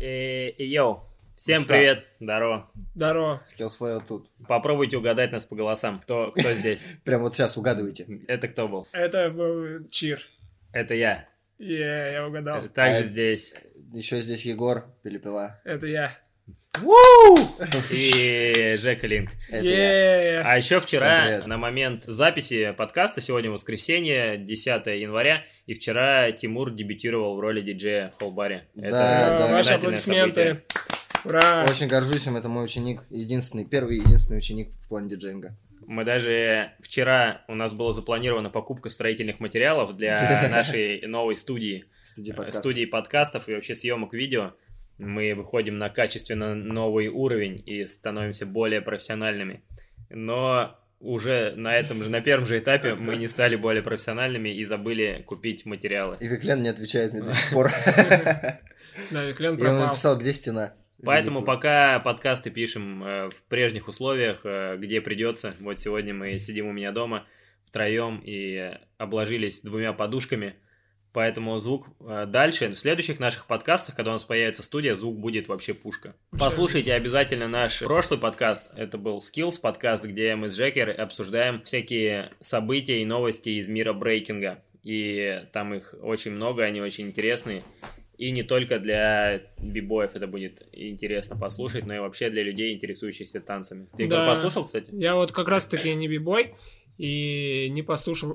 Йоу, всем привет, здорово. Здорово. Skillsflow тут. Попробуйте угадать нас по голосам, кто здесь. Прям вот сейчас угадывайте. Это кто был? Это был Чир. Это я. Я угадал. Также здесь. Еще здесь Егор Пилипила. Это я. И Жека Линк. Это я. А еще Всем вчера, привет. на момент записи подкаста, сегодня воскресенье, 10 января, и вчера Тимур дебютировал в роли диджея в холл-баре. Да. Ваши знаменательное аплодисменты. событие. Ура. Очень горжусь им, это мой ученик. Первый и единственный ученик в плане диджеинга. Мы даже вчера, у нас была запланирована покупка строительных материалов для нашей новой студии. Студии подкастов и вообще съемок видео. Мы выходим на качественно новый уровень и становимся более профессиональными. Но уже на первом же этапе мы не стали более профессиональными и забыли купить материалы. И Виклен не отвечает мне до сих пор. Да, Виклен Я ему пропал. написал, где стена. Поэтому пока подкасты пишем в прежних условиях, где придется. Вот сегодня мы сидим у меня дома втроем и обложились 2 подушками. Поэтому звук дальше, в следующих наших подкастах, когда у нас появится студия, звук будет вообще пушка. Послушайте обязательно наш прошлый подкаст. Это был Skills подкаст, где мы с Джекер обсуждаем всякие события и новости из мира брейкинга. И там их очень много, они очень интересные. И не только для бибоев это будет интересно послушать, но и вообще для людей, интересующихся танцами. Ты Егор, послушал, кстати? Я вот как раз-таки не бибой и не послушал.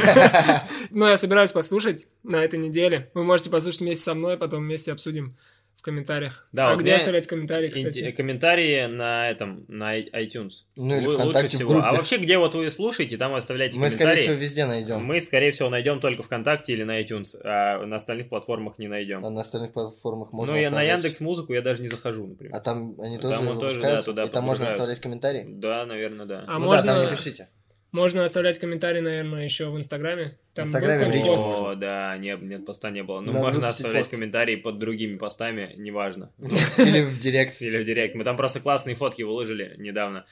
Но я собираюсь послушать на этой неделе. Вы можете послушать вместе со мной, потом вместе обсудим в комментариях. Да, а вот где оставлять комментарии, кстати? Комментарии на iTunes. Ну или Лучше ВКонтакте в всего. группе. А вообще, где вот вы слушаете, там оставляйте Мы, комментарии. скорее всего, везде найдем. Мы, скорее всего, найдем только ВКонтакте или на iTunes, а на остальных платформах не найдем. А на остальных платформах можно Ну, я на оставлять. Яндекс.Музыку я даже не захожу, например. А там они Там тоже он тоже, выпускаются? да, туда И там можно погружаются. оставлять комментарии? Да, наверное, да. А Ну да, там не можно, пишите. можно оставлять комментарии, наверное, еще в Инстаграме. Там В Инстаграме был в какой-то личку. пост? О, да, нет, поста не было. Ну, Надо можно выпустить оставлять пост. комментарии под другими постами, неважно. Или в директ. Или в директ. Мы там просто классные фотки выложили недавно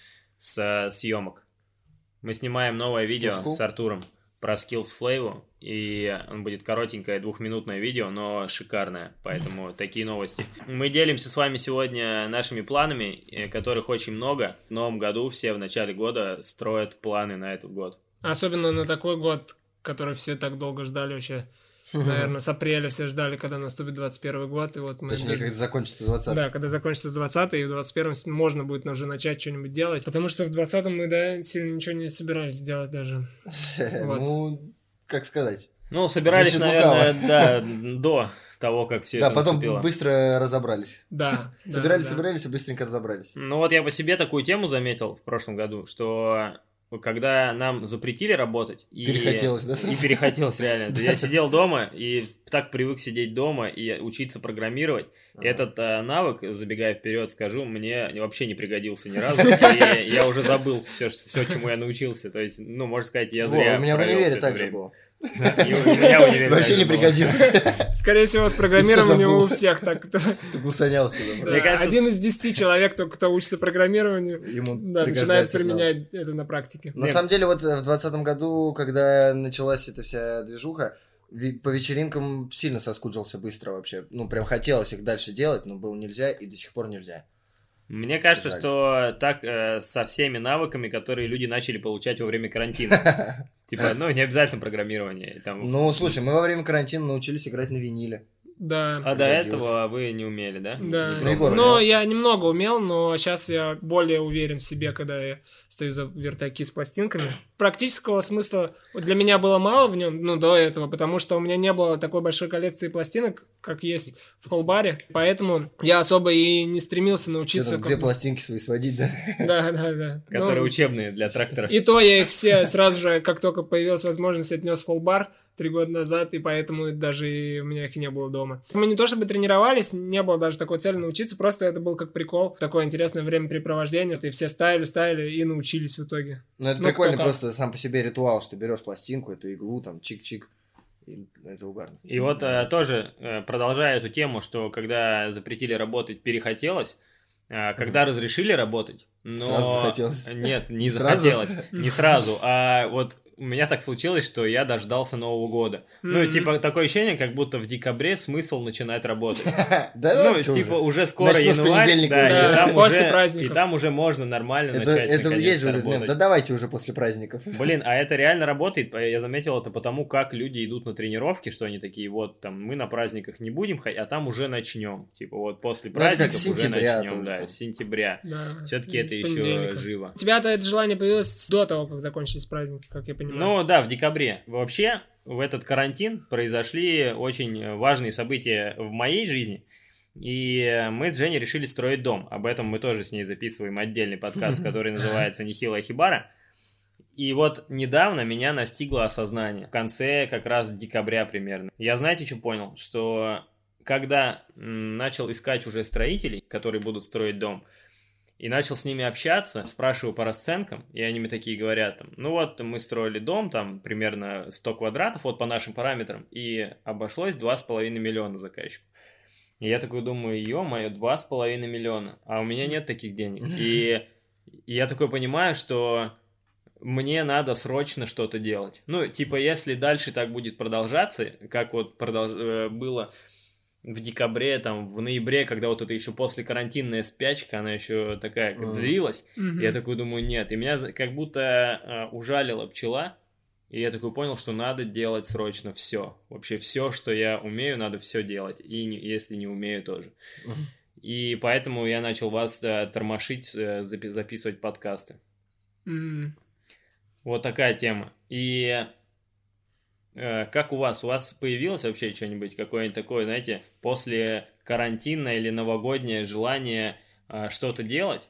с съемок. Мы снимаем новое видео Skills School? с Артуром про Skillsflow, и он будет коротенькое 2-минутное видео, но шикарное, поэтому такие новости. Мы делимся с вами сегодня нашими планами, которых очень много. В новом году все в начале года строят планы на этот год. Особенно на такой год, который все так долго ждали вообще. Наверное, с апреля все ждали, когда наступит 21 год, и вот мы... Точнее, когда закончится 20. Да, когда закончится 20-й, и в 21-м можно будет уже начать что-нибудь делать. Потому что в 20-м мы, да, сильно ничего не собирались делать даже. Вот. Ну, как сказать. Ну, собирались, Звучит наверное, да, до того, как все Да, это потом наступило. быстро разобрались. Да. Собирались и быстренько разобрались. Ну вот я по себе такую тему заметил в прошлом году, что когда нам запретили работать... Перехотелось, да, И сразу? перехотелось, реально. Я сидел дома и так привык сидеть дома и учиться программировать. И этот навык, забегая вперед, скажу, мне вообще не пригодился ни разу. И я уже забыл все, чему я научился. То есть, ну, можно сказать, я зря У меня в провел универе всё это так же время. было. И у меня в универе Вообще так не же было. пригодилось. Скорее всего, с программированием забыл. у всех так. Ты гусанялся. Мне Да, кажется, 1 из 10 человек, кто учится программированию, Ему да, начинает пригождается это. применять это на практике. На самом деле, вот в 2020 году, когда началась эта вся движуха, по вечеринкам сильно соскучился быстро вообще. Ну, прям хотелось их дальше делать, но было нельзя, и до сих пор нельзя. Мне кажется, Жаль. что так со всеми навыками, которые люди начали получать во время карантина. Типа, ну, не обязательно программирование. Там... Ну, слушай, мы во время карантина научились играть на виниле. Да. А до пригодилось. этого вы не умели, да? Да, Ну, Егор но умел. я немного умел, но сейчас я более уверен в себе, когда я стою за вертаки с пластинками. Практического смысла вот для меня было мало в нем, ну, до этого, потому что у меня не было такой большой коллекции пластинок, как есть в холл-баре, поэтому я особо и не стремился Что научиться. там, 2 пластинки свои сводить, да? Да. Которые Ну, учебные для трактора. и то я их все сразу же, как только появилась возможность, отнес в холл-бар 3 года назад, и поэтому даже у меня их и не было дома. Мы не то чтобы тренировались, не было даже такой цели научиться, просто это был как прикол, такое интересное времяпрепровождение, и все ставили и научились в итоге. Ну, это Ну, прикольно кто как. просто сам по себе ритуал, что берешь пластинку, эту иглу, там, чик-чик, и это угарно. И вот тоже, продолжая эту тему, что когда запретили работать, перехотелось, когда разрешили работать, но... Сразу захотелось. Нет, не Сразу? захотелось, не сразу, а вот у меня так случилось, что я дождался Нового года. Ну, типа, такое ощущение, как будто в декабре смысл начинает работать. Да, Ну, типа, уже скоро Начну с январь, понедельника да, уже. и там После уже, праздников. и там уже можно нормально Это начать есть же наконец-то этот мем. работать. Да давайте уже после праздников. Блин, а это реально работает. Я заметил это потому, как люди идут на тренировки, что они такие, вот, там, мы на праздниках не будем ходить, а там уже начнем. Типа, вот после Ну, это как праздников с уже сентября начнем, тоже да, там. с сентября. Да, Все-таки с это еще понедельника. живо. У тебя-то это желание появилось до того, как закончились праздники, как я понимаю. Ну да, в декабре. Вообще, в этот карантин произошли очень важные события в моей жизни. И мы с Женей решили строить дом. Об этом мы тоже с ней записываем отдельный подкаст, который называется «Нихилая хибара». И вот недавно меня настигло осознание. В конце как раз декабря примерно. Я, знаете, что понял? Что когда начал искать уже строителей, которые будут строить дом, и начал с ними общаться, спрашиваю по расценкам, и они мне такие говорят, там, ну вот мы строили дом, там примерно 100 квадратов, вот по нашим параметрам, и обошлось 2,5 миллиона заказчику. И я такой думаю, ё-моё, 2,5 миллиона, а у меня нет таких денег. И я такой понимаю, что мне надо срочно что-то делать. Ну, типа, если дальше так будет продолжаться, как вот было в декабре, там, в ноябре, когда вот это еще после карантинная спячка, она еще такая как длилась, я такой думаю, нет. И меня как будто ужалила пчела, и я такой понял, что надо делать срочно все. Вообще все, что я умею, надо все делать. И если не умею, тоже. И поэтому я начал вас тормошить, записывать подкасты. Вот такая тема. И как у вас? У вас появилось вообще что-нибудь, какое-нибудь такое, знаете, после карантина или новогоднее желание что-то делать?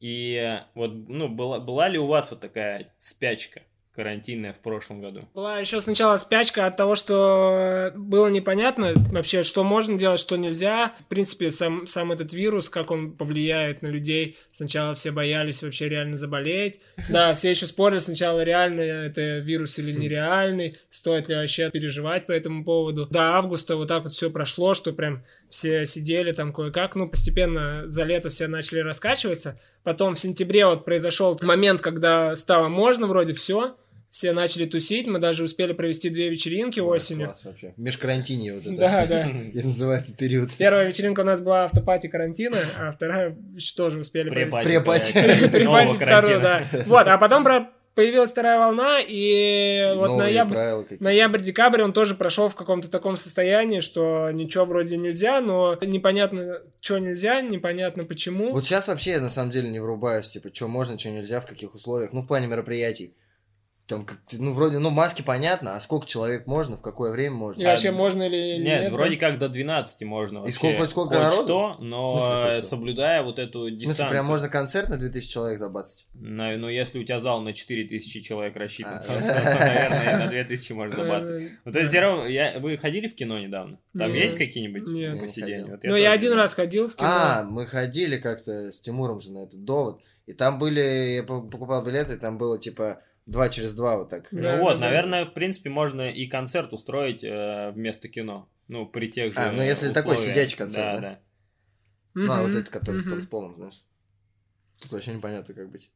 И вот, ну, была ли у вас вот такая спячка карантинная в прошлом году? Была еще сначала спячка от того, что было непонятно вообще, что можно делать, что нельзя. В принципе, сам этот вирус, как он повлияет на людей. Сначала все боялись вообще реально заболеть. Да, все еще спорили сначала, реально это вирус или нереальный, стоит ли вообще переживать по этому поводу. До августа вот так вот все прошло, что прям все сидели там кое-как. Ну, постепенно за лето все начали раскачиваться. Потом в сентябре вот произошел момент, когда стало можно вроде все начали тусить, мы даже успели провести 2 вечеринки осенью. Класс вообще. Межкарантинье вот это. Да. Я называю этот период. Первая вечеринка у нас была автопати карантина, а вторая тоже успели провести. Препати. Препати вторую, да. Вот, а потом появилась вторая волна, и вот ноябрь-декабрь он тоже прошел в каком-то таком состоянии, что ничего вроде нельзя, но непонятно, что нельзя, непонятно почему. Вот сейчас вообще я на самом деле не врубаюсь, типа, что можно, что нельзя, в каких условиях. Ну, в плане мероприятий. Там, ну, вроде, ну, маски понятно, а сколько человек можно, в какое время можно? И вообще можно или нет? Нет, вроде как до 12 можно вообще. И сколько народу? Что, но соблюдая вот эту дистанцию. В смысле, прям можно концерт на 2000 человек забацать? Ну, если у тебя зал на 4000 человек рассчитан, то, наверное, на 2000 можно забацать. Ну, то есть, вы ходили в кино недавно? Там есть какие-нибудь посидения? Ну, я один раз ходил в кино. Мы ходили как-то с Тимуром же на этот довод, и там были, я покупал билеты, и там было, типа, 2 через 2 вот так. Ну вот, наверное, в принципе, можно и концерт устроить вместо кино. Ну, при тех же ну если такой сидячий концерт, да? Ну, а вот этот, который с танцполом, знаешь. Тут вообще непонятно, как быть.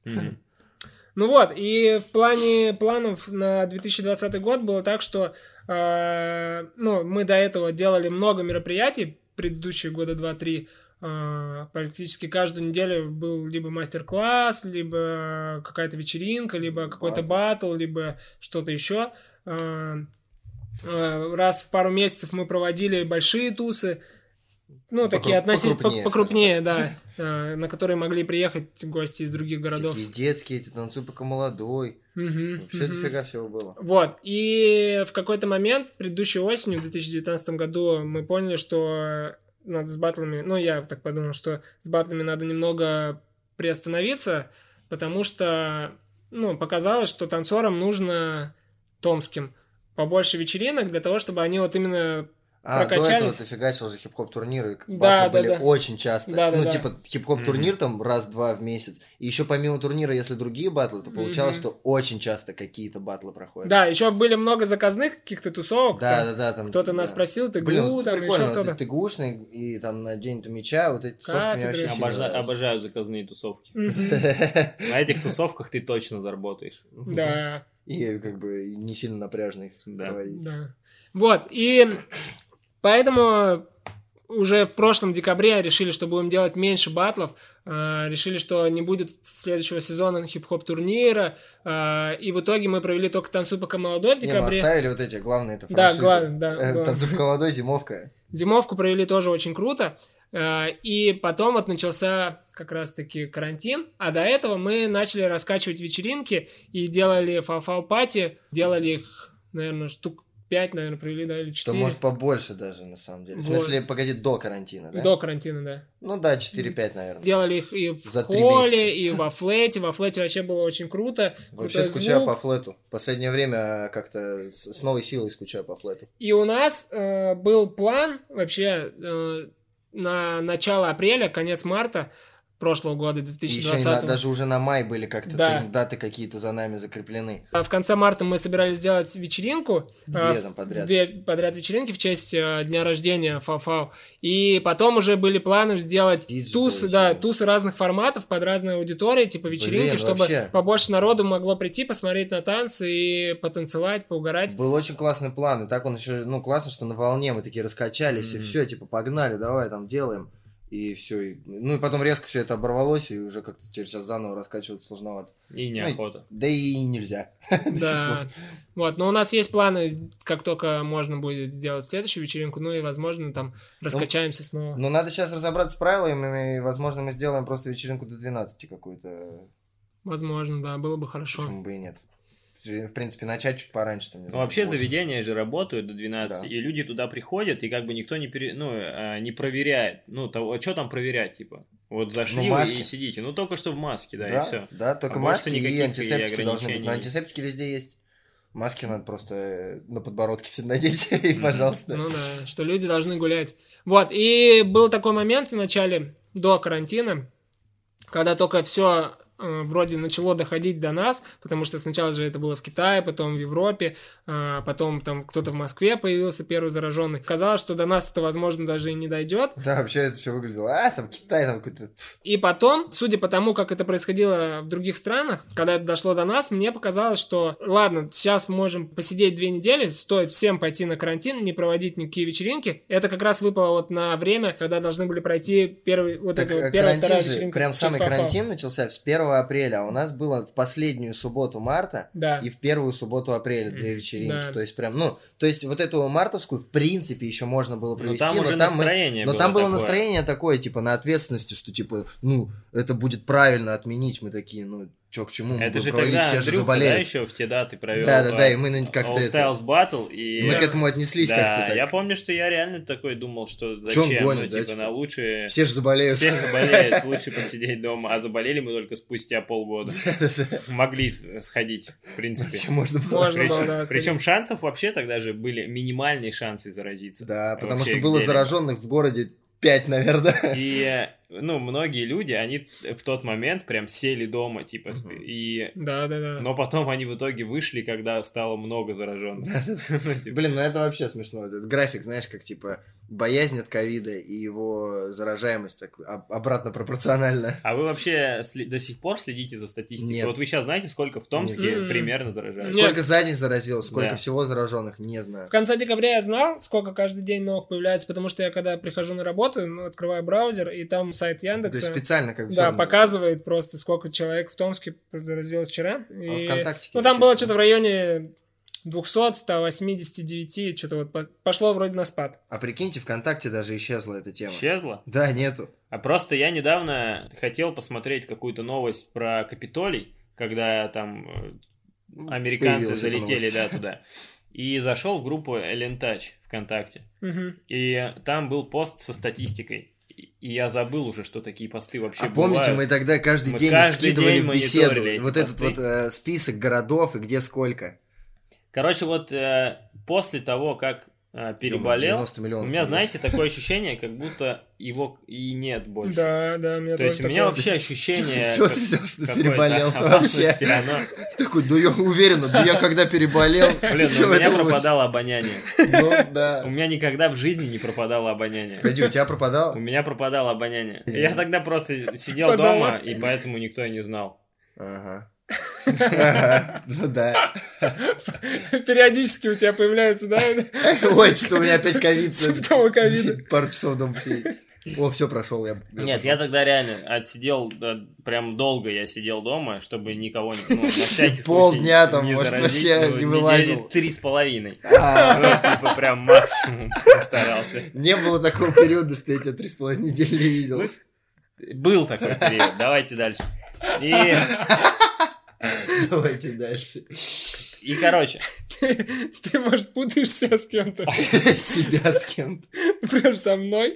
Ну вот, и в плане планов на 2020 год было так, что мы до этого делали много мероприятий, предыдущие года 2-3, практически каждую неделю был либо мастер-класс, либо какая-то вечеринка, либо какой-то батл, либо что-то еще. Раз в пару месяцев мы проводили большие тусы, ну, такие относительно покрупнее, да, на которые могли приехать гости из других городов. Такие детские, эти танцуй пока молодой. Вообще дофига всего было. Вот, и в какой-то момент, предыдущей осенью, в 2019 году, мы поняли, что надо с батлами, ну, я так подумал, что с батлами надо немного приостановиться, потому что, ну, показалось, что танцорам нужно томским побольше вечеринок для того, чтобы они вот именно прокачались. До этого ты фигачил же хип-хоп турниры, батлы были очень часто. Типа хип-хоп турнир там раз-два в месяц. И еще помимо турнира, если другие батлы, то получалось, что очень часто какие-то батлы проходят. Да, еще были много заказных каких-то тусовок. Да. Там, кто-то нас просил, ТГУ, там еще кто-то. ТГУшный, и там на День меча, вот эти тусовки мне вообще обожаю заказные тусовки. На этих тусовках ты точно заработаешь. Да. и как бы не сильно напряжно их Да. проводить. Да. Вот, и поэтому уже в прошлом декабре решили, что будем делать меньше батлов, решили, что не будет следующего сезона хип-хоп турнира, и в итоге мы провели только «Танцуй пока молодой» в Не, ну декабре. оставили вот эти, главное, это Да, франшизы. главное, да, главное. «Танцуй пока молодой», зимовка. Зимовку провели тоже очень круто. И потом вот начался как раз-таки карантин, а до этого мы начали раскачивать вечеринки и делали фау-фау-пати, делали их, наверное, штук 5, наверное, провели, да, или 4. То может побольше даже, на самом деле. В Вот. смысле, погоди, до карантина, да? До карантина, да. Ну да, 4-5, наверное. Делали их и в За 3 холле, месяца. и во флете. Во флете вообще было очень круто. Вообще крутой скучаю звук. по флету. Последнее время как-то с новой силой скучаю по флету. И у нас был план вообще на начало апреля, конец марта прошлого года, И еще 2020. даже уже на май были как-то Да. даты какие-то за нами закреплены. В конце марта мы собирались сделать вечеринку. Две там подряд. 2 подряд вечеринки в честь дня рождения Фау-Фау. И потом уже были планы сделать Диджитал тусы, еще. да, тусы разных форматов под разные аудитории, типа вечеринки, Блин, чтобы вообще. побольше народу могло прийти, посмотреть на танцы и потанцевать, поугарать. Был очень классный план, и так он еще, ну, классно, что на волне мы такие раскачались, и все, типа, погнали, давай там делаем. И все. Ну и потом резко все это оборвалось, и уже как-то через час заново раскачиваться сложновато. И неохота. Да и нельзя. До сих Да, пор. вот, но у нас есть планы, как только можно будет сделать следующую вечеринку, ну и, возможно, там раскачаемся снова. Но надо сейчас разобраться с правилами, и, возможно, мы сделаем просто вечеринку до 12 какую-то. Возможно, да, было бы хорошо. Почему бы и нет. В принципе, начать чуть пораньше. Там, не Ну, знаю, вообще 8. заведения же работают до 12, Да. и люди туда приходят, и как бы никто не, не проверяет. Ну, что там проверять, типа? Вот зашли Ну, вы маски. и сидите. Ну, только что в маске, да, и Да, все. да, только А больше маски и никаких антисептики должны быть. ограничений Но нет. антисептики везде есть. Маски надо просто на подбородке все надеть, и пожалуйста. Ну да, что люди должны гулять. Вот, и был такой момент в начале, до карантина, когда только все вроде начало доходить до нас, потому что сначала же это было в Китае, потом в Европе, потом там кто-то в Москве появился первый зараженный. Казалось, что до нас это, возможно, даже и не дойдет. Да, вообще это все выглядело. Там Китай, там какой-то. И потом, судя по тому, как это происходило в других странах, когда это дошло до нас, мне показалось, что ладно, сейчас можем посидеть 2 недели, стоит всем пойти на карантин, не проводить никакие вечеринки. Это как раз выпало вот на время, когда должны были пройти первая, вторая вечеринка. Прям в самый честь Фау-Фау. карантин начался с 1 апреля, а у нас было в последнюю субботу марта Да. и в первую субботу апреля 2 вечеринки. Да. То есть прям, то есть вот эту мартовскую в принципе еще можно было провести, там уже настроение но было там было такое. настроение такое, типа, на ответственности, что типа, это будет правильно отменить, мы такие, чё к чему, мы Это будем же проводить, тогда все же Андрюха, да, заболеют. еще в те даты провел. Да, и мы как-то All это... Styles Battle, и... Мы к этому отнеслись Да, как-то так. я помню, что я реально такой думал, что Чё он зачем, гонит, да, типа, типа? на лучше... Все же заболеют. Все заболеют, лучше посидеть дома. А заболели мы только спустя полгода. Могли сходить, в принципе. Вообще можно было. Можно было, да, Причем шансов вообще тогда же были минимальные шансы заразиться. Да, потому Вообще что было где-либо. зараженных в городе 5, наверное. И, многие люди, они в тот момент прям сели дома, типа, и... Да. Но потом они в итоге вышли, когда стало много зараженных. Ну, типа, Блин, это вообще смешно. Этот график, знаешь, как типа боязнь от ковида и его заражаемость так обратно пропорциональна. А вы вообще до сих пор следите за статистикой? Нет. Вот вы сейчас знаете, сколько в Томске Нет. примерно заражаются? Нет. Сколько за день заразилось, сколько Да. всего зараженных, не знаю. В конце декабря я знал, сколько каждый день новых появляется, потому что я когда прихожу на работу, открываю браузер, и там сайт То есть Яндекса... специально как бы Да, всё показывает просто, сколько человек в Томске заразилось вчера. И... ВКонтакте Ну, там было записано. что-то в районе 200, 189, что-то вот пошло вроде на спад. А прикиньте, ВКонтакте даже исчезла эта тема. Исчезло? Да, нету. А просто я недавно хотел посмотреть какую-то новость про Капитолий, когда там американцы Появилась эта залетели, новость. да, туда. И зашел в группу Элентач ВКонтакте. Мгм. И там был пост со статистикой. И я забыл уже, что такие посты вообще А помните, бывают. мы тогда каждый Мы день каждый скидывали день в беседу мониторили эти вот этот посты. вот список городов и где сколько. Короче, вот после того, как переболел, 90 миллионов у меня, людей. знаете, такое ощущение, как будто его и нет больше. Да, у меня То есть у тоже меня такое. вообще ощущение Чего ты взял, что какой-то переболел-то вообще? опасности, оно- Такой, да я уверен, да я когда переболел... Блин, всё, у меня это пропадало обоняние. Ну, У да. меня никогда в жизни не пропадало обоняние. Погоди, у тебя У пропадало? меня пропадало обоняние. Я тогда просто сидел Пропадало. дома, и поэтому никто и не знал. Ага. Ну да. Периодически у тебя появляются, да? Ой, что-то у меня опять ковид. Симптомы ковида. Пару часов дома сидеть. О, все, прошел я. Нет, я тогда реально отсидел, прям долго я сидел дома, чтобы никого на всякий случай Полдня там, не может, заразить. вообще не вылазил. Недели 3,5. Ну, типа, прям максимум старался. Не было такого периода, что я тебя 3,5 недели не видел. Был такой период, давайте дальше. Давайте дальше. И, короче, Ты, может, путаешься с кем-то? Себя с кем-то. Прям со мной?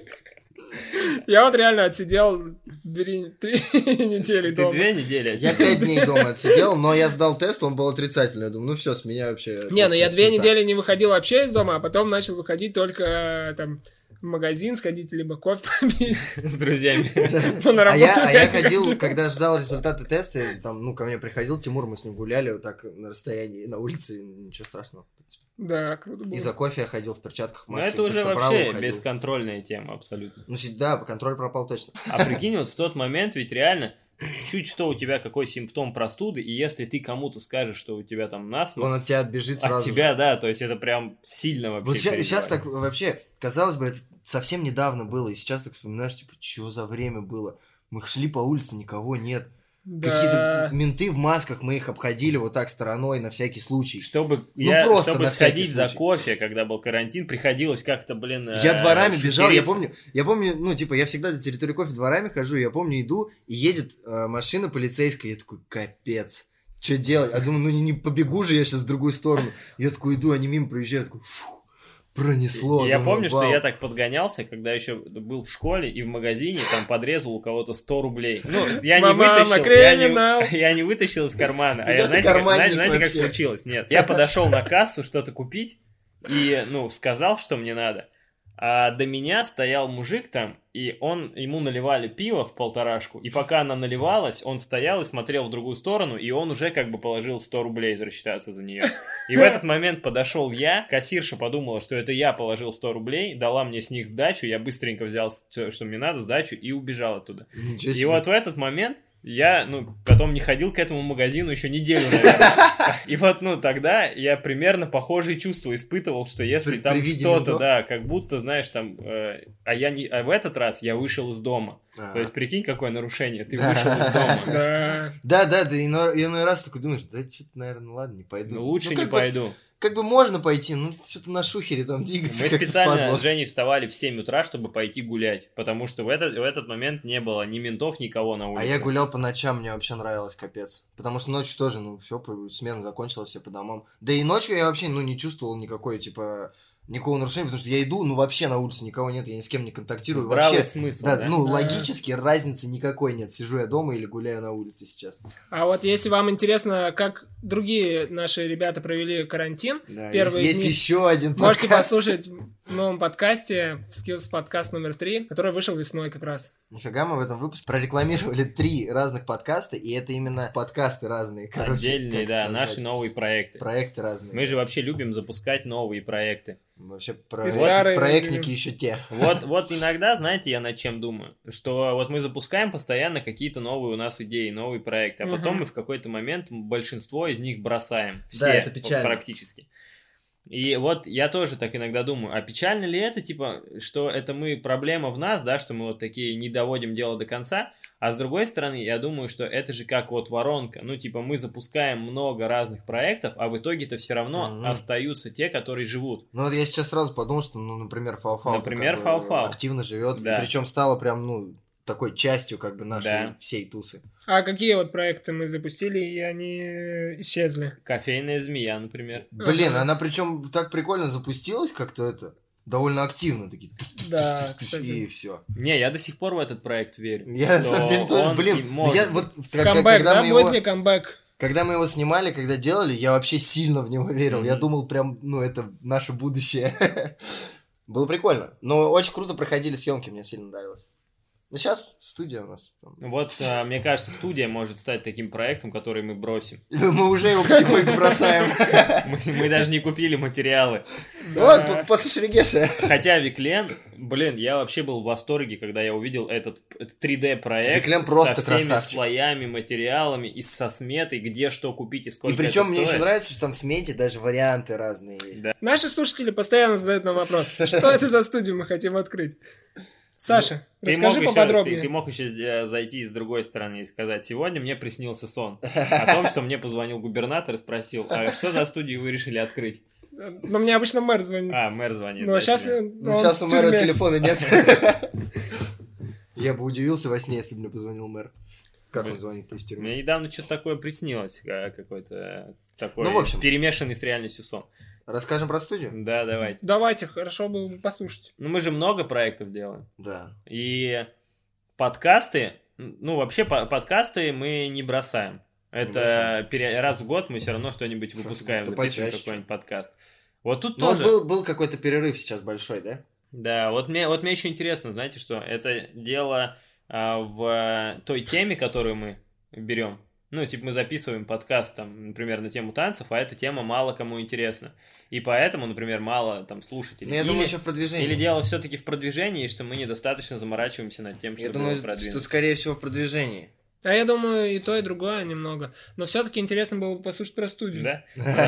Я вот реально отсидел 3 недели ты дома. 2 недели Я отсидел. 5 дней дома отсидел, но я сдал тест, он был отрицательный. Я думаю, ну все, с меня вообще... Не, ну я 2 света. недели не выходил вообще из дома, а потом начал выходить только там в магазин сходить, либо кофе попить. С друзьями. Ну, на А работу я не ходил, когда ждал результаты теста, там, ну, ко мне приходил Тимур, мы с ним гуляли вот так на расстоянии, на улице, и ничего страшного. в принципе. Да, круто И было. за кофе я ходил в перчатках, в Ну, маске, это уже быстро брал, вообще уходил. бесконтрольная тема, абсолютно. Ну, да, контроль пропал точно. А прикинь, вот в тот момент ведь реально чуть что у тебя какой симптом простуды, и если ты кому-то скажешь, что у тебя там насморк, Он от тебя отбежит от сразу. тебя, да, то есть это прям сильно вообще. Вот сейчас переживать. так вообще, казалось бы, это совсем недавно было, и сейчас так вспоминаешь, типа, что за время было? Мы шли по улице, никого нет. Да. Какие-то менты в масках, мы их обходили вот так стороной на всякий случай. Чтобы, просто чтобы на всякий сходить за случай. кофе, когда был карантин, приходилось как-то, блин, Я дворами бежал, я шухериться. помню, ну, типа, я всегда до территории кофе дворами хожу, я помню, иду, и едет машина полицейская, я такой, капец, что делать? Я думаю, ну, не побегу же я сейчас в другую сторону. Я такой иду, они мимо проезжают, такой, фу, пронесло. Я думаю, помню, что вау. я так подгонялся, когда еще был в школе и в магазине, там подрезал у кого-то 100 рублей. Ну, я не Мама, вытащил, криминал. я не вытащил из кармана. А Да я, ты знаете, карманник знаете, как вообще. случилось? Нет, я подошел на кассу что-то купить и, ну, сказал, что мне надо. А до меня стоял мужик там, и ему наливали пиво в 1,5, и пока она наливалась, он стоял и смотрел в другую сторону, и он уже как бы положил 100 рублей рассчитаться за нее. И в этот момент подошел я, кассирша подумала, что это я положил 100 рублей, дала мне с них сдачу, я быстренько взял, что мне надо, сдачу, и убежал оттуда. Ничего И себе. вот в этот момент я, потом не ходил к этому магазину еще неделю, наверное. И вот, тогда я примерно похожие чувства испытывал, что если При там виде что-то, ментов? да, как будто, знаешь, там, а в этот раз я вышел из дома. Ага. То есть, прикинь, какое нарушение, ты вышел из дома. Да. Да, ты иной раз такой думаешь, да что-то, наверное, ладно, не пойду. Ну, лучше Ну, не как бы- пойду. Как бы можно пойти, ну, что-то на шухере там двигаться. Мы как-то специально впадло. с Женей вставали в 7 утра, чтобы пойти гулять, потому что в этот момент не было ни ментов, никого на А улице. я гулял по ночам, мне вообще нравилось, капец. Потому что ночью тоже, все, смена закончилась, все по домам. Да и ночью я вообще, не чувствовал никакого нарушения, потому что я иду, вообще на улице никого нет, я ни с кем не контактирую. Здравый вообще, смысл, да, да? логически разницы никакой нет. Сижу я дома или гуляю на улице сейчас. А вот если вам интересно, как другие наши ребята провели карантин, Да, первые есть дни, еще один можете подкаст. послушать в новом подкасте, Skills подкаст номер 3, который вышел весной как раз. Нифига, мы в этом выпуске прорекламировали 3 разных подкаста, и это именно подкасты разные, короче. Отдельные, как да, это наши назвать? новые проекты. Проекты разные. Мы же вообще любим запускать новые проекты. Вообще И старые проектники любим. еще те. Вот иногда, знаете, я над чем думаю, что вот мы запускаем постоянно какие-то новые у нас идеи, новые проекты, а потом Мгм. мы в какой-то момент большинство из них бросаем. Все, Да, это вот печально. практически. И вот я тоже так иногда думаю, а печально ли это, типа, что это проблема в нас, да, что мы вот такие не доводим дело до конца, а с другой стороны, я думаю, что это же как вот воронка, мы запускаем много разных проектов, а в итоге-то все равно Мгм. остаются те, которые живут. Ну вот я сейчас сразу подумал, что, например, Фау-Фау Например, Фау-Фау. активно живет, Да. причем стало прям, такой частью нашей Да. всей тусы. А какие вот проекты мы запустили, и они исчезли? Кофейная змея, например. Блин, Ага. она причем так прикольно запустилась как-то довольно активно, такие, Да, и кстати. все. Не, я до сих пор в этот проект верю. Я на что самом деле тоже, он блин, и может я быть. вот Камбэк, когда да? мы Будет его... ли камбэк? Когда мы его снимали, когда делали, я вообще сильно в него верил. Я Мгм. думал прям, это наше будущее. Было прикольно. Но очень круто проходили съемки, мне сильно нравилось. Ну, сейчас студия у нас. Там. Вот, мне кажется, студия может стать таким проектом, который мы бросим. Мы уже его потихоньку бросаем. Мы даже не купили материалы. Вот, после Шерегеша. Хотя Виклен, блин, я вообще был в восторге, когда я увидел этот 3D-проект Виклен просто со всеми красавчик. слоями, материалами и со сметой, где что купить и сколько И причем это мне еще стоит. нравится, что там в смете даже варианты разные есть. Да. Наши слушатели постоянно задают нам вопрос, что это за студию мы хотим открыть. Саша, расскажи поподробнее. Ты мог еще зайти с другой стороны и сказать: сегодня мне приснился сон о том, что мне позвонил губернатор и спросил: а что за студию вы решили открыть? Но мне обычно мэр звонит. А, мэр звонит. Ну, а сейчас... Сейчас у мэра телефона нет. Я бы удивился во сне, если бы мне позвонил мэр. Как он звонит из тюрьмы? Мне недавно что-то такое приснилось, какой-то такой Ну, в общем. перемешанный с реальностью сон. Расскажем про студию? Да, давайте. Давайте, хорошо было бы послушать. Ну, мы же много проектов делаем. Да. И подкасты, ну, вообще подкасты мы не бросаем. Это раз в год мы все равно что-нибудь выпускаем, Да записываем почаще. какой-нибудь подкаст. Вот тут Ну, тоже... был какой-то перерыв сейчас большой, да? Да, вот мне еще интересно, знаете что, это дело в той теме, которую мы берем. Ну, типа мы записываем подкаст, там, например, на тему танцев, а эта тема мало кому интересна. И поэтому, например, мало там слушателей. Ну, я думаю, еще в продвижении. Или дело все-таки в продвижении, что мы недостаточно заморачиваемся над тем, Я чтобы думаю, его продвинуть. что скорее всего в продвижении. А я думаю, и то, и другое немного. Но все-таки интересно было бы послушать про студию. Да?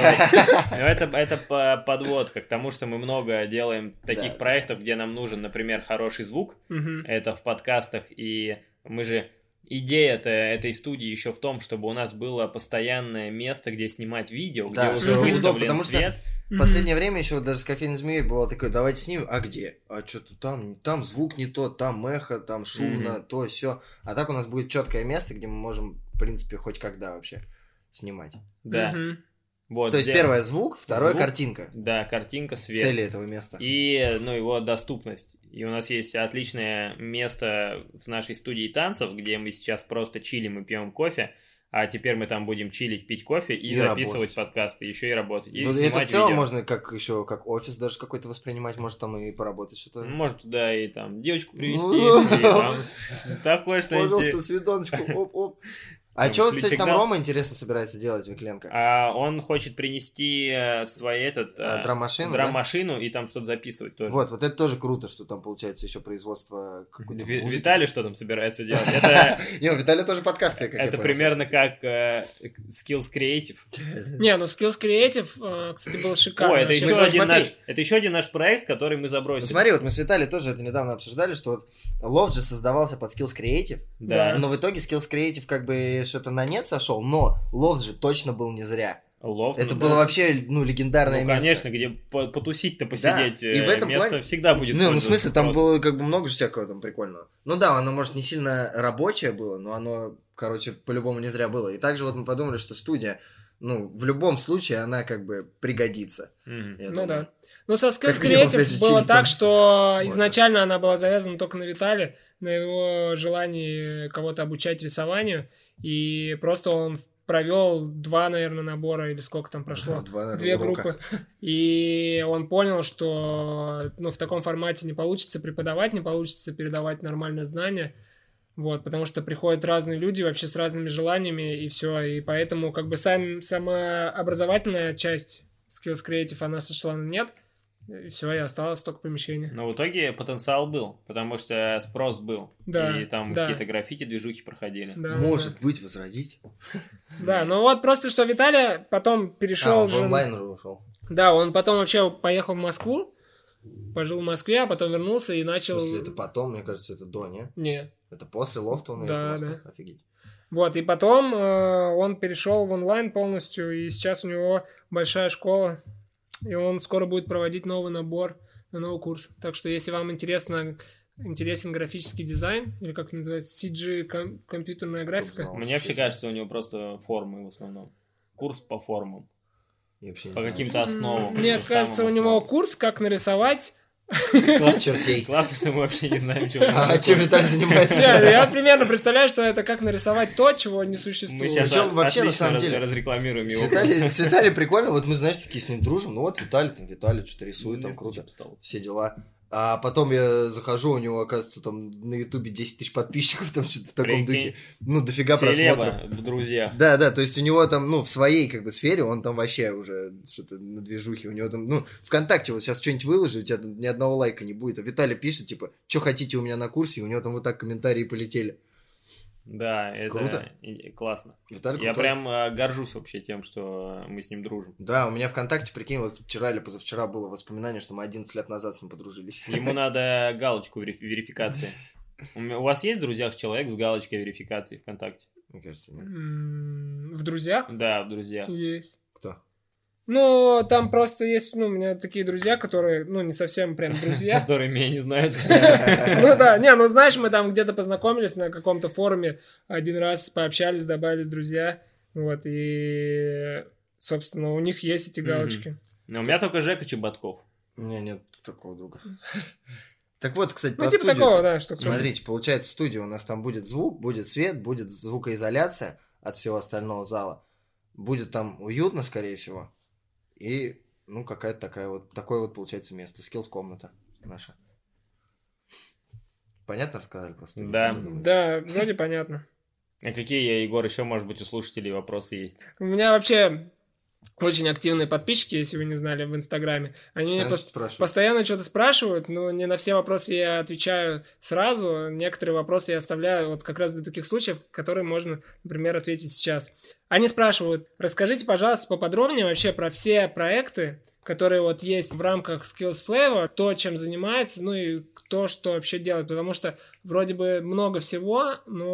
Но это подводка к тому, что мы много делаем таких проектов, где нам нужен, например, хороший звук. Мгм. Это в подкастах. И мы же... Идея этой студии еще в том, чтобы у нас было постоянное место, где снимать видео, Да, где уже что удобно, выставлен потому что свет. в последнее время еще вот даже с кофейной змеей было такое: давайте снимем, а где? А что-то там звук не тот, там эхо, там шумно, то все. А так у нас будет четкое место, где мы можем, в принципе, хоть когда вообще снимать. Да. Мгм. Вот То есть здесь- первое звук, второе Звук. картинка. Да, картинка, свет. Цели этого места. И, ну, его доступность. И у нас есть отличное место в нашей студии танцев, где мы сейчас просто чилим и пьем кофе, а теперь мы там будем чилить, пить кофе и, И записывать работать. подкасты, еще и работать. И Ну, это снимать в целом видео. можно как еще как офис даже какой-то воспринимать, может там и поработать что-то. Может туда и там девочку привезти, Ну, и там такое что-нибудь. Пожалуйста, свиданочку, оп-оп. А Там что, кстати, ключик там дал. Рома, интересно, собирается делать, Викленко? Он хочет принести свой Драм-машину, драм-машину и там что-то записывать тоже. Вот это тоже круто, что там получается еще производство какой-то музыки. Виталий что там собирается делать? Это Не, у Виталия тоже подкасты, как я это понял, примерно просто. как Skills Creative. Не, ну Skills Creative, кстати, был шикарный. Ой, это вообще. еще, Вот один смотри. это еще один наш проект, который мы Ну, забросили. смотри, вот мы с Виталием тоже это недавно обсуждали, что вот Лофт же создавался под Skills Creative, Да. но в итоге Skills Creative как бы что-то на нет сошел, но Лофт же точно был не зря. Лофт, Это ну было да. вообще, ну, легендарное Ну, место. конечно, где потусить-то, посидеть, и в этом место плане- всегда будет Ну, в пользоваться смысле, там спросом. было как бы много же всякого там прикольного. Ну да, оно, может, не сильно рабочее было, но оно, короче, по-любому не зря было. И также вот мы подумали, что студия, ну, в любом случае, она как бы пригодится. Мгм. я Ну думаю. да. Но со Skills Как минимум, опять Creative же, было чилить так, там что можно. изначально она была завязана только на Витале, на его желании кого-то обучать рисованию, и просто он провел 2, наверное, набора, или сколько там прошло, 2, наверное, 2 урока. группы, и он понял, что ну, в таком формате не получится преподавать, не получится передавать нормальные знания, вот, потому что приходят разные люди вообще с разными желаниями, и все, и поэтому как бы сама образовательная часть Skills Creative, она сошла на нет, и все, и осталось только помещение. Но в итоге потенциал был, потому что спрос был. Да, И там да. какие-то граффити, движухи проходили. Да, Может быть, возродить. да, ну вот просто что Виталий потом перешел Он в онлайн уже ушел. Да, он потом вообще поехал в Москву, пожил в Москве, а потом вернулся и начал... Если это потом, мне кажется, это до, не? Не. Это после лофта он Да, уехал в Москву? да. Офигеть. Вот, и потом он перешел в онлайн полностью, и сейчас у него большая школа, и он скоро будет проводить новый набор на новый курс. Так что, если вам интересен графический дизайн, или как это называется, CG, компьютерная графика, знал. Мне вообще кажется, у него просто формы в основном. Курс по формам. Я вообще не По знаю, каким-то основам. мне по кажется, у самым него основам. курс, как нарисовать. что чертей. Классно, что мы вообще не знаем, чего. А чем Виталий занимается? Я примерно представляю, что это как нарисовать то, чего не Мы существует. сейчас Причем вообще, на отлично самом деле, разрекламируем его. С Виталием прикольно, вот мы, знаешь, такие с ним дружим, ну вот Виталий что-то рисует, там круто, все дела. А потом я захожу, у него, оказывается, там на Ютубе 10 тысяч подписчиков, там что-то в таком духе. Ну, дофига просмотров. в друзьях. Да, то есть у него там, ну, в своей, как бы, сфере, он там вообще уже что-то на движухе, у него там, ну, ВКонтакте вот сейчас что-нибудь выложи, у тебя там ни одного лайка не будет, а Виталий пишет, типа, что хотите у меня на курсе, и у него там вот так комментарии полетели. Да, это Круто. Классно. Виталий Я крутой. прям горжусь вообще тем, что мы с ним дружим. Да, у меня ВКонтакте, прикинь, вот вчера или позавчера было воспоминание, что мы 11 лет назад с ним подружились. Ему надо галочку верификации. У вас есть в друзьях человек с галочкой верификации ВКонтакте? Мне кажется, нет. В друзьях? Да, в друзьях. Есть. Кто? Ну, там просто есть, ну, у меня такие друзья, которые, ну, не совсем прям друзья. Которые меня не знают. Ну да, не, ну знаешь, мы там где-то познакомились на каком-то форуме, один раз пообщались, добавились в друзья, вот, и, собственно, у них есть эти галочки. Но у меня только Жека Чеботков. У меня нет такого друга. Так вот, кстати, Ну, про типа студию. такого, да, что... Смотрите, получается, студия у нас там будет звук, будет свет, будет звукоизоляция от всего остального зала. Будет там уютно, скорее всего. И, ну, какая-то такое вот получается место. Скиллс-комната наша. Понятно рассказали просто? Да. Да, вроде понятно. А какие, Егор, еще, может быть, у слушателей вопросы есть? У меня вообще очень активные подписчики, если вы не знали, в Инстаграме. Они меня постоянно что-то спрашивают, но не на все вопросы я отвечаю сразу. Некоторые вопросы я оставляю вот как раз для таких случаев, которые можно, например, ответить сейчас. Они спрашивают, расскажите, пожалуйста, поподробнее вообще про все проекты, которые вот есть в рамках Skills Flavor, то, чем занимается, ну и кто что вообще делает, потому что вроде бы много всего,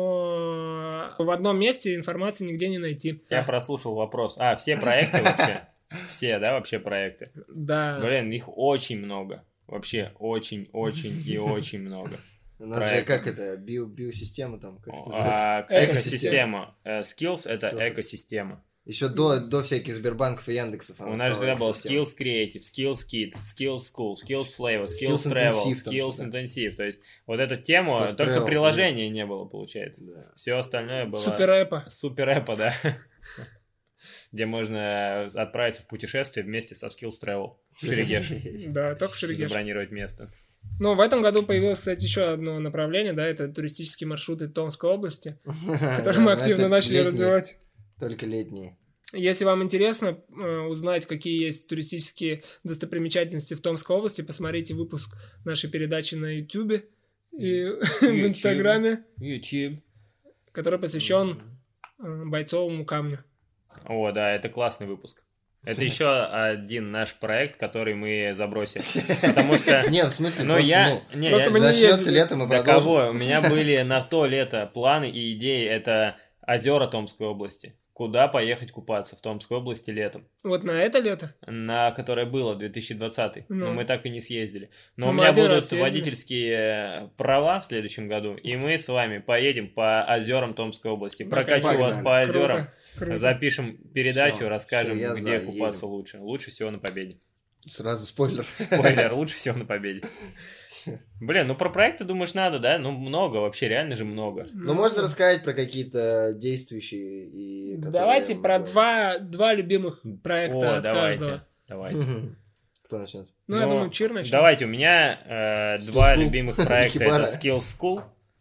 но в одном месте информации нигде не найти. Я прослушал вопрос. Все проекты вообще? Все, да, вообще проекты? Да. Блин, их очень много. Вообще очень и очень много. У нас же как это, биосистема там, как это называется? Экосистема. Skills — это экосистема. Еще до всяких Сбербанков и Яндексов. У нас же было Skills Creative, Skills Kids, Skills School, Skills Flavor, Skills Travel, Skills Intensive. То есть вот эту тему, Skills только Travel, приложения не было, получается. Да. Все остальное было... Супер-эпа. Супер-эпа, да. Где можно отправиться в путешествие вместе со Skills Travel в Шерегеш. Да, только в Шерегеш. Забронировать место. Ну, в этом году появилось, кстати, еще одно направление, да, это туристические маршруты Томской области, которые мы активно начали развивать. Только летние. Если вам интересно узнать, какие есть туристические достопримечательности в Томской области, посмотрите выпуск нашей передачи на YouTube и в Инстаграме, который посвящен бойцовому камню. Ну, О, да, это классный выпуск. Это еще один наш проект, который мы забросили. Потому что... Не, в смысле, просто мы не начнется ездили. лето, мы Да продолжим. кого? У меня были на то лето планы и идеи. Это озера Томской области. Куда поехать купаться в Томской области летом? Вот на это лето? На которое было 2020. Ну. Но мы так и не съездили. Но Ну, у мы меня один будут раз съездили. водительские права в следующем году. И мы с вами поедем по озерам Томской области. Прокачу погнали. вас по озерам. Круто. Запишем передачу, Всё, расскажем, всё, я где за, купаться лучше. Лучше всего на Победе. Сразу спойлер. Спойлер, лучше всего на Победе. Блин, ну про проекты, думаешь, надо, да? Ну много, вообще реально же много. Ну, можно рассказать про какие-то действующие и... Давайте про два любимых проекта от каждого. Давайте. Кто начнет? Ну, я думаю, Чир начнет. Давайте, у меня Skills два School. любимых проекта. Хибара. Это Skills School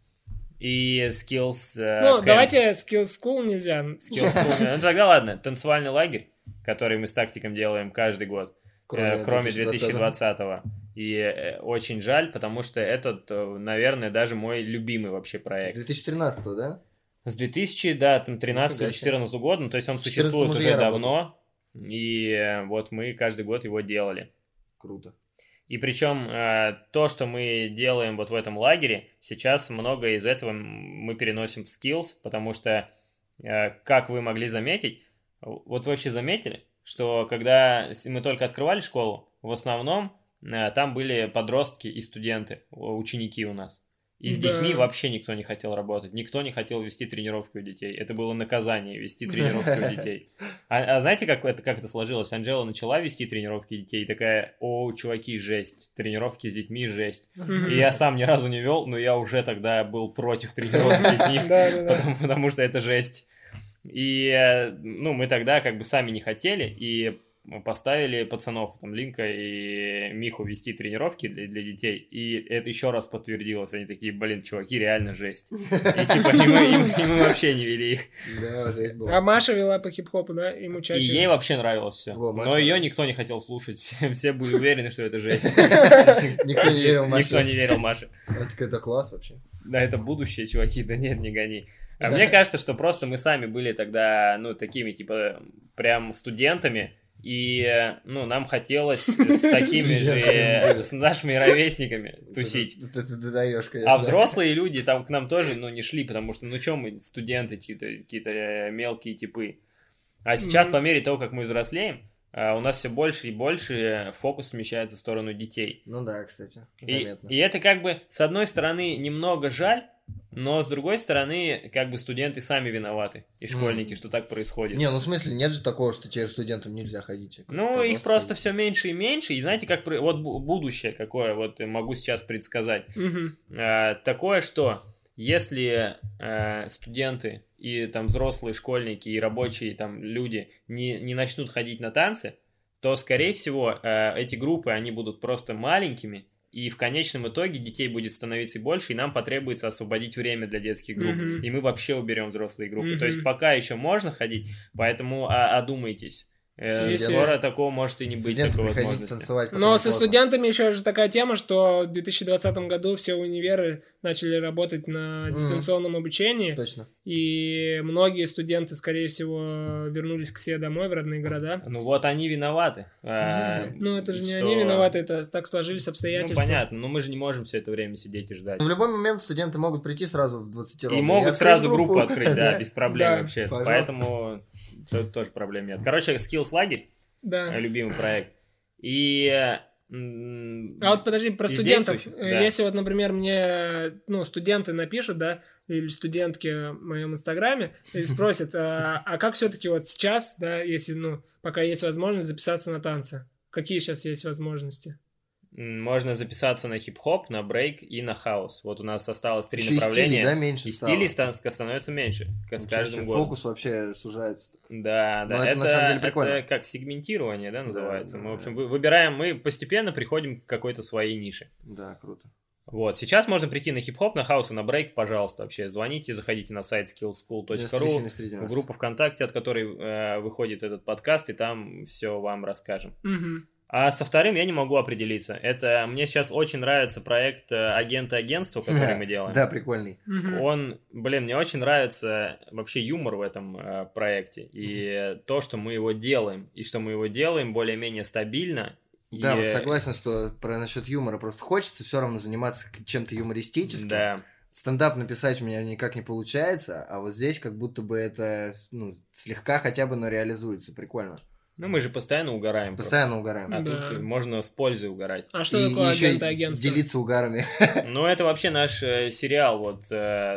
и Skills Ну, Camp. давайте Skills School нельзя. Skills School. Ну, тогда ладно. Танцевальный лагерь, который мы с тактиком делаем каждый год. Кроме 2020-го. И очень жаль, потому что этот, наверное, даже мой любимый вообще С проект. 2013-го, да? С 2013 или 2014 года, ну, то есть он существует уже уже я давно, и вот мы каждый год его делали. Круто. И причем то, что мы делаем вот в этом лагере, сейчас многое из этого мы переносим в Skills, потому что, как вы могли заметить, вот вы вообще заметили, что когда мы только открывали школу, в основном там были подростки и студенты, ученики у нас. И с детьми вообще никто не хотел работать. Никто не хотел вести тренировки у детей. Это было наказание вести тренировки у детей. А знаете, как это сложилось? Анжела начала вести тренировки детей и такая: о, чуваки, жесть. Тренировки с детьми жесть. И я сам ни разу не вел, но я уже тогда был против тренировок с детьми, потому что это жесть. И, ну, мы тогда как бы сами не хотели, и поставили пацанов, там, Линка и Миху вести тренировки для детей, и это еще раз подтвердилось. Они такие, блин, чуваки, реально жесть. И типа, и мы вообще не вели их. Да, жесть была. А Маша вела по хип-хопу, да? Ему чаще. И ей вообще нравилось все. Во, Маша, Но ее да. никто не хотел слушать. Все были уверены, что это жесть. Никто не верил Маше. Никто не верил Маше. Это класс вообще. Да, это будущее, чуваки, да нет, не гони. А мне кажется, что просто мы сами были тогда, ну, такими, типа, прям студентами, и, ну, нам хотелось с такими же, с нашими ровесниками тусить. Ты даешь, конечно. А взрослые люди там к нам тоже, ну, не шли, потому что, ну, что мы, студенты какие-то мелкие типы. А сейчас, по мере того, как мы взрослеем, у нас все больше и больше фокус смещается в сторону детей. Ну да, кстати, заметно. И это как бы, с одной стороны, немного жаль, но с другой стороны, как бы студенты сами виноваты, и школьники, что так происходит. Не, ну в смысле, нет же такого, что теперь студентам нельзя ходить. Ну, их просто все меньше и меньше, и знаете, как вот будущее какое, вот могу сейчас предсказать. Такое, что если студенты и там взрослые школьники и рабочие там люди не начнут ходить на танцы, то, скорее всего, эти группы, они будут просто маленькими, и в конечном итоге детей будет становиться больше, и нам потребуется освободить время для детских групп, и мы вообще уберем взрослые группы. То есть пока еще можно ходить, поэтому одумайтесь. Скоро такого может и не быть, такой возможности. Но со студентами еще же такая тема, что в 2020 году все универы начали работать на дистанционном обучении. Точно. И многие студенты, скорее всего, вернулись к себе домой в родные города. Ну вот они виноваты. Ну это же не они виноваты, это так сложились обстоятельства. Ну понятно, но мы же не можем все это время сидеть и ждать. В любой момент студенты могут прийти сразу в 20 И могут сразу группу открыть, да, без проблем вообще. Пожалуйста. Поэтому тут тоже проблем нет. Короче, Skills лагерь, любимый проект. И... А вот подожди, про студентов. Да. Если вот, например, мне, ну, студенты напишут, да, или студентки в моем инстаграме, и спросят, а как все-таки вот сейчас, да, если, ну, пока есть возможность записаться на танцы? Какие сейчас есть возможности? Можно записаться на хип-хоп, на брейк и на хаус. Вот у нас осталось 3 еще направления. И стилей, да, меньше и стилей становится меньше с каждым годом. Фокус вообще сужается. Да, да. Это на самом деле прикольно. Это как сегментирование, да, называется. Да, мы, в общем, выбираем, мы постепенно приходим к какой-то своей нише. Да, круто. Вот, сейчас можно прийти на хип-хоп, на хаус и на брейк, пожалуйста, вообще звоните, заходите на сайт skillschool.ru, в группу ВКонтакте, от которой выходит этот подкаст, и там все вам расскажем. А со вторым я не могу определиться. Это мне сейчас очень нравится проект «Агенты агентства», который мы делаем. Да, прикольный. Он, мне очень нравится вообще юмор в этом проекте. И то, что мы его делаем. И что мы его делаем более-менее стабильно. Да, вот согласен, что насчет юмора просто хочется все равно заниматься чем-то юмористическим. Да. Стендап написать у меня никак не получается, а вот здесь как будто бы это, ну, слегка хотя бы, но реализуется. Прикольно. Ну, мы же постоянно угораем. Постоянно угораем. А тут можно с пользой угорать. А что такое агенты агентства? Делиться угарами. Ну, это вообще наш сериал. Вот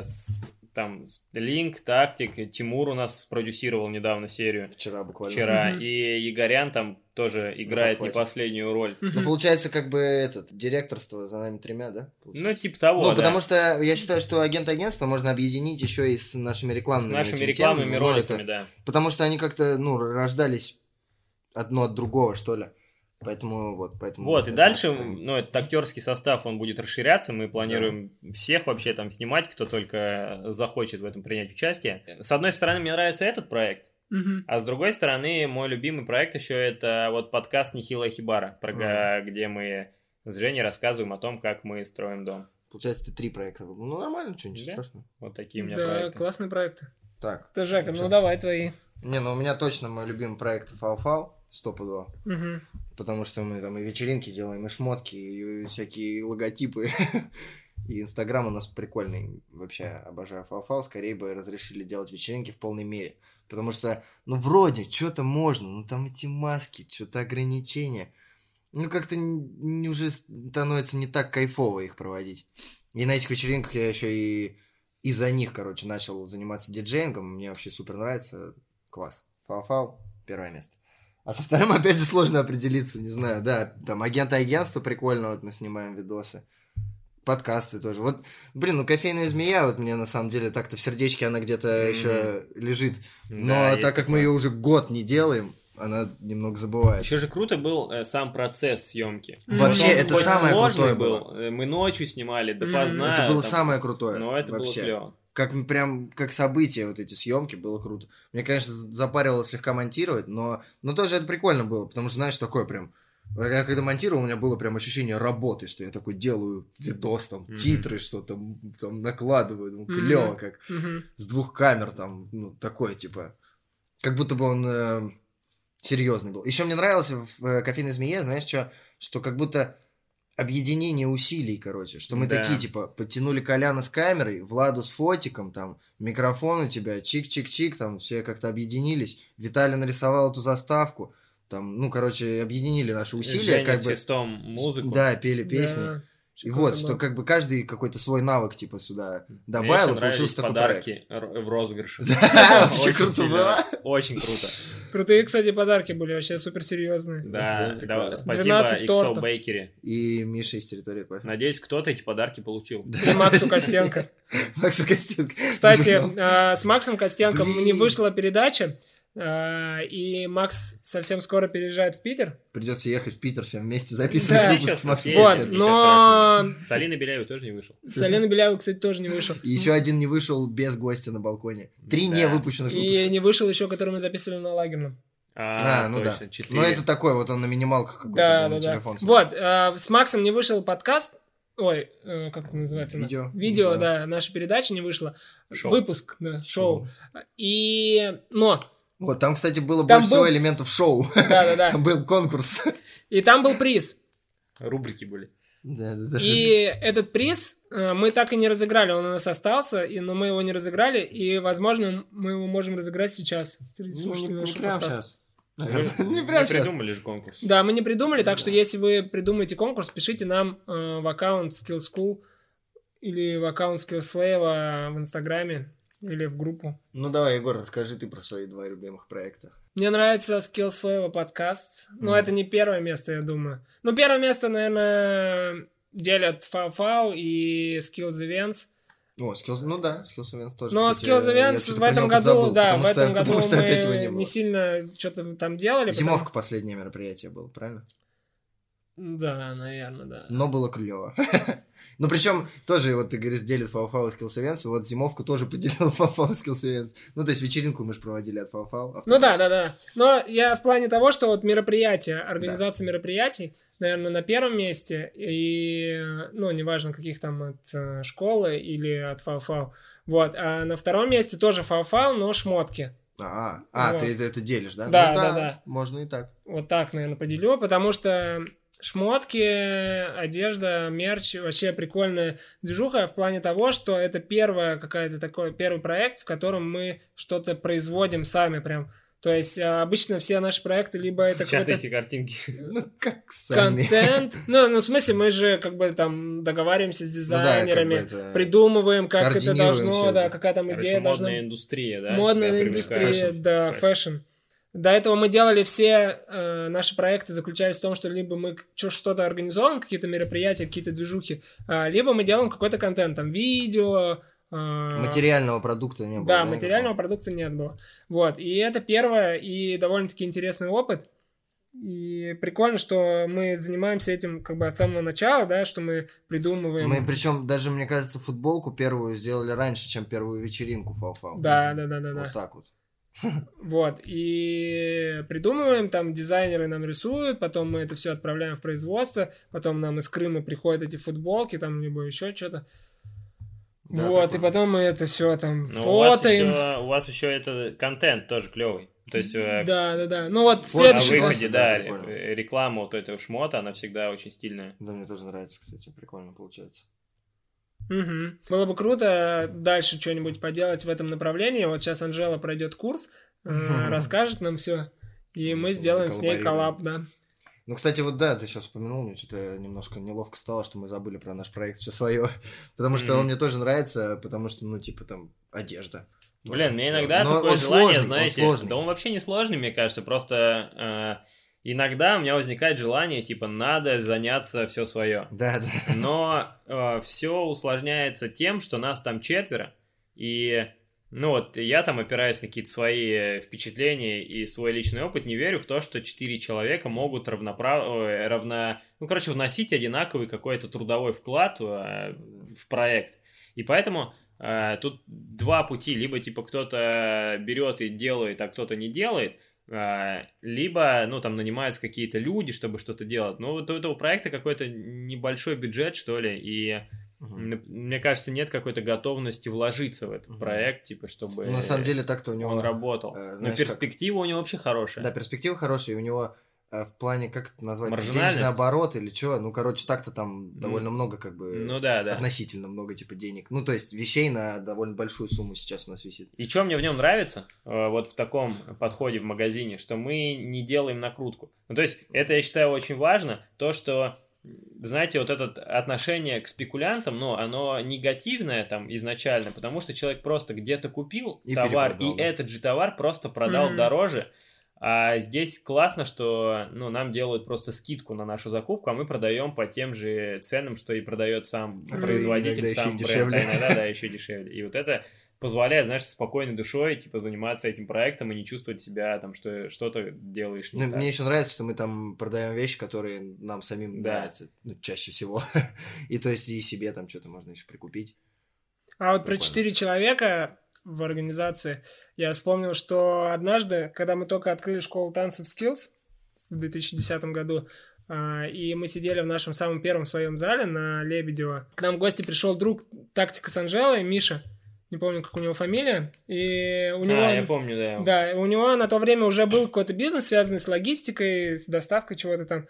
там Линк, Тактик, Тимур у нас продюсировал недавно серию. Вчера буквально. И Игорян там тоже играет не последнюю роль. Ну, получается, как бы директорство за нами 3, да? Получается? Ну, типа того, Ну, потому что я считаю, что агенты агентства можно объединить еще и с нашими рекламными рекламными роликами, да. Потому что они как-то, ну, рождались одно от другого, что ли. Поэтому. Вот, и дальше, ну, этот актерский состав, он будет расширяться. Мы планируем всех вообще там снимать, кто только захочет в этом принять участие. С одной стороны, мне нравится этот проект, а с другой стороны, мой любимый проект еще это вот подкаст «Нехилая хибара», где мы с Женей рассказываем о том, как мы строим дом. Получается, это 3 проекта. Ну, нормально, что, ничего страшного. Вот такие у меня проекты. Да, классные проекты. Так. Ты, Жека, ну давай твои. Не, ну у меня точно мой любимый проект Фау-Фау, стопудово. Потому что мы там и вечеринки делаем, и шмотки, и всякие логотипы. И Инстаграм у нас прикольный. Вообще обожаю Фау-Фау. Скорее бы разрешили делать вечеринки в полной мере. Потому что, ну, вроде, что-то можно. Ну, там эти маски, что-то ограничения. Ну, как-то уже становится не так кайфово их проводить. И на этих вечеринках я еще и из-за них, короче, начал заниматься диджеингом. Мне вообще супер нравится. Класс. Фау-Фау, 1 место. А со вторым, опять же, сложно определиться, не знаю, да, там агенты агентства прикольно, вот мы снимаем видосы, подкасты тоже. Вот, ну «Кофейная змея», вот мне на самом деле так-то в сердечке она где-то еще лежит, но Да, так как мы ее уже год не делаем, она немного забывается. Еще же круто был сам процесс съемки. Вообще, Вот он это хоть самое сложный крутое был. было. Мы ночью снимали, допоздна. Это было там, самое крутое. Но это вообще. было клево. Как событие, вот эти съемки, было круто. Мне, конечно, запаривало слегка монтировать, но тоже это прикольно было, потому что, знаешь, такое прям... Я когда монтировал, у меня было прям ощущение работы, что я такой делаю видос, там, титры, что-то там накладываю, думаю, клево, как с 2 камер, там, ну, такое, типа, как будто бы он серьезный был. Еще мне нравилось в «Кофейной змее», знаешь, что как будто объединение усилий, короче, что мы такие, типа, подтянули Коляна с камерой, Владу с фотиком, там, микрофон у тебя, чик-чик-чик, там, все как-то объединились, Виталий нарисовал эту заставку, там, ну, короче, объединили наши усилия. Женя как с бы Фистом музыку. Да, пели песни. Да. И вот, что как бы каждый какой-то свой навык, типа, сюда добавил, и получился такой подарки проект. в розыгрыше. Да, вообще Очень круто сильно, было. Очень круто. Крутые, кстати, подарки были, вообще суперсерьезные. Да, прикольно. спасибо 12 XO тортов. Bakery. И Миша из территории кофе. Надеюсь, кто-то эти подарки получил. И Максу Костенко. Макса Костенко. Кстати, с Максом Костенко не вышла передача, и Макс совсем скоро переезжает в Питер. Придется ехать в Питер всем вместе записывать Да. выпуск с Максом Вот, Костенко. но С Алиной Беляевой тоже не вышел. с Аленой Беляевой, кстати, тоже не вышел. И еще один не вышел без гостя на балконе. 3 Да. не выпущенных И выпуска. не вышел еще, который мы записывали на лагерном. Ну точно, да. 4. Но это такой, вот он на минималках какой-то Да, был, да, на да. телефон смотрел. Вот, с Максом не вышел подкаст. Ой, как это называется? у нас? Видео. Видео, Не знаю. да, наша передача не вышла. Шоу. Выпуск, да, шоу. Но, Вот, там, кстати, было Там больше был- всего элементов шоу. да-да-да. Там был конкурс. И там был приз. Рубрики были. Да. И этот приз мы так и не разыграли, он у нас остался, но мы его не разыграли, и, возможно, мы его можем разыграть сейчас. Среди Ну, слушателей не нашего прям подкаста. сейчас. Не прям щас. придумали же конкурс. Да, мы не придумали, так что если вы придумаете конкурс, пишите нам в аккаунт Skill School или в аккаунт Skills Flava в Инстаграме или в группу. Ну давай, Егор, расскажи ты про свои 2 любимых проекта. Мне нравится Skills Flava подкаст, но это не первое место, я думаю. Ну, первое место, наверное, делят FAO и Skills Events. О, Skills, ну да, Skills Events тоже. Но кстати, Skills я Events что-то в про этом него году, подзабыл, да, потому в этом что- году потому что опять его не мы было. не сильно что-то там делали. Зимовка последнее мероприятие было, правильно? Да, наверное, да. Но было клево. Ну, причем, тоже, вот ты говоришь, делит FAO Skills Events, вот зимовку тоже поделил FAO Skills Events. Ну, то есть вечеринку мы же проводили от FAO. Ну да. Но я в плане того, что вот мероприятия, организация мероприятий, наверное, на первом месте, и, ну, неважно, каких там от школы или от FAO. Вот, а на втором месте тоже FAO, но шмотки. Вот. Ты это делишь, да? Да, Ну да. Можно и так. Вот так, наверное, поделю, потому что шмотки, одежда, мерч, вообще прикольная движуха в плане того, что это первый проект, в котором мы что-то производим сами прям. То есть обычно все наши проекты либо это Сейчас какой-то эти картинки. Ну, как сами. контент. Ну, в смысле, мы же как бы там договариваемся с дизайнерами, как бы это придумываем, как это координируем должно, всё да, это. какая там идея Короче, должна модная индустрия, да? Модная тебя индустрия, привлекает. да, фэшн. До этого мы делали все наши проекты заключались в том, что либо мы что-то организовываем, какие-то мероприятия, какие-то движухи, либо мы делаем какой-то контент, там, видео. Материального продукта не было. Да, материального продукта нет было. Вот, и это первое и довольно-таки интересный опыт. И прикольно, что мы занимаемся этим как бы от самого начала, да, что мы придумываем. Мы, причем, даже, мне кажется, футболку первую сделали раньше, чем первую вечеринку FAO. Да. Вот так вот. Вот, и придумываем, там дизайнеры нам рисуют, потом мы это все отправляем в производство, потом нам из Крыма приходят эти футболки, там, либо еще что-то. Да, вот, прикольно. и потом мы это все там Но фотоем. у вас еще это контент тоже клевый. То есть Да. Ну вот Вот, на следующий... классно, выходе, да, да, прикольно. реклама вот этого шмота, она всегда очень стильная. Да, мне тоже нравится, кстати, прикольно получается. Мгм. Было бы круто дальше что-нибудь поделать в этом направлении. Вот сейчас Анжела пройдет курс, расскажет нам все, и мы сделаем с ней коллаб, да. Ну, кстати, вот да, ты сейчас упомянул, мне что-то немножко неловко стало, что мы забыли про наш проект все свое. Потому что он мне тоже нравится, потому что, ну, типа, там, одежда. Блин, мне иногда Но такое он желание, сложный, он знаете, сложный. да он вообще не сложный, мне кажется, просто иногда у меня возникает желание, типа, надо заняться все свое. Да. Но все усложняется тем, что нас там 4, и Ну вот, я там, опираясь на какие-то свои впечатления и свой личный опыт, не верю в то, что 4 человека могут вносить одинаковый какой-то трудовой вклад в проект. И поэтому тут два пути. Либо, типа, кто-то берет и делает, а кто-то не делает, либо, ну, там, нанимаются какие-то люди, чтобы что-то делать. Но вот у этого проекта какой-то небольшой бюджет, что ли, и... Мне кажется, нет какой-то готовности вложиться в этот проект, типа, чтобы на самом деле так-то у него он работал. Знаешь, но перспектива у него вообще хорошая. Да, перспектива хорошая, и у него в плане, как это назвать, маржинальность, денежный оборот или что, ну, короче, так-то там довольно много, как бы, ну, да. относительно много, типа, денег. Ну, то есть, вещей на довольно большую сумму сейчас у нас висит. И что мне в нем нравится, вот в таком подходе в магазине, что мы не делаем накрутку. Ну, то есть, это, я считаю, очень важно, то, что знаете, вот это отношение к спекулянтам, ну, оно негативное там изначально, потому что человек просто где-то купил и товар, и этот же товар просто продал дороже. А здесь классно, что, ну, нам делают просто скидку на нашу закупку, а мы продаем по тем же ценам, что и продает сам производитель, сам бренд, а иногда, да, еще дешевле. И вот это позволяет, знаешь, со спокойной душой, типа, заниматься этим проектом и не чувствовать себя, там, что что-то делаешь не так. Мне еще нравится, что мы там продаем вещи, которые нам самим нравятся, ну, чаще всего. И то есть и себе там что-то можно еще прикупить. А вот про 4 человека в организации я вспомнил, что однажды, когда мы только открыли школу танцев Skills в 2010 году, и мы сидели в нашем самом первом своем зале на Лебедева, к нам в гости пришел друг Тактика с Анжелой, Миша, не помню, как у него фамилия, и у него... я помню, да. Да, у него на то время уже был какой-то бизнес, связанный с логистикой, с доставкой чего-то там,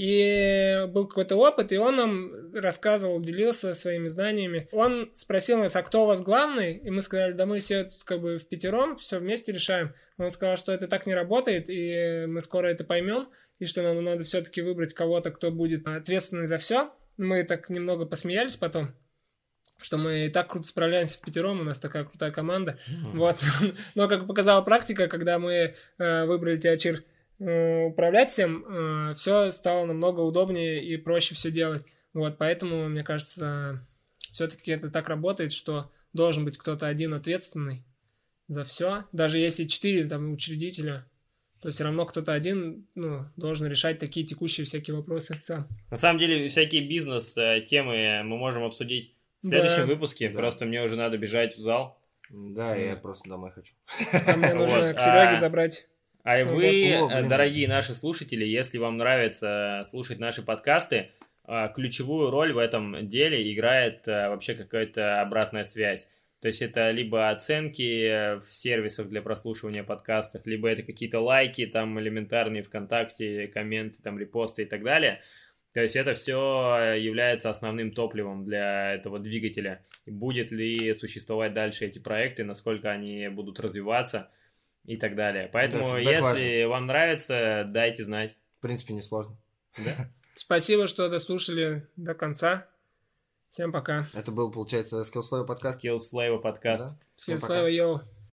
и был какой-то опыт, и он нам рассказывал, делился своими знаниями. Он спросил нас, а кто у вас главный? И мы сказали, да мы все тут как бы впятером, все вместе решаем. Он сказал, что это так не работает, и мы скоро это поймем, и что нам надо все-таки выбрать кого-то, кто будет ответственный за все. Мы так немного посмеялись потом, что мы и так круто справляемся впятером, у нас такая крутая команда. Вот. Но, как показала практика, когда мы выбрали Теачир управлять всем, все стало намного удобнее и проще все делать. Вот, поэтому, мне кажется, все-таки это так работает, что должен быть кто-то один ответственный за все. Даже если 4 там учредителя, то все равно кто-то один, ну, должен решать такие текущие всякие вопросы сам. На самом деле, всякие бизнес-темы мы можем обсудить в следующем выпуске. Да. Просто мне уже надо бежать в зал. Да, я просто домой хочу. А мне нужно к Сереге забрать. А вы, дорогие наши слушатели, если вам нравится слушать наши подкасты, ключевую роль в этом деле играет вообще какая-то обратная связь. То есть это либо оценки в сервисах для прослушивания подкастов, либо это какие-то лайки там элементарные ВКонтакте, комменты, там репосты и так далее. То есть это все является основным топливом для этого двигателя. И будет ли существовать дальше эти проекты, насколько они будут развиваться и так далее. Поэтому, да, если вам нравится, дайте знать. В принципе, несложно. Да? Спасибо, что дослушали до конца. Всем пока. Это был, получается, Skills Flavor подкаст. Skills Flavor подкаст. Да? Skills Flavor, йоу.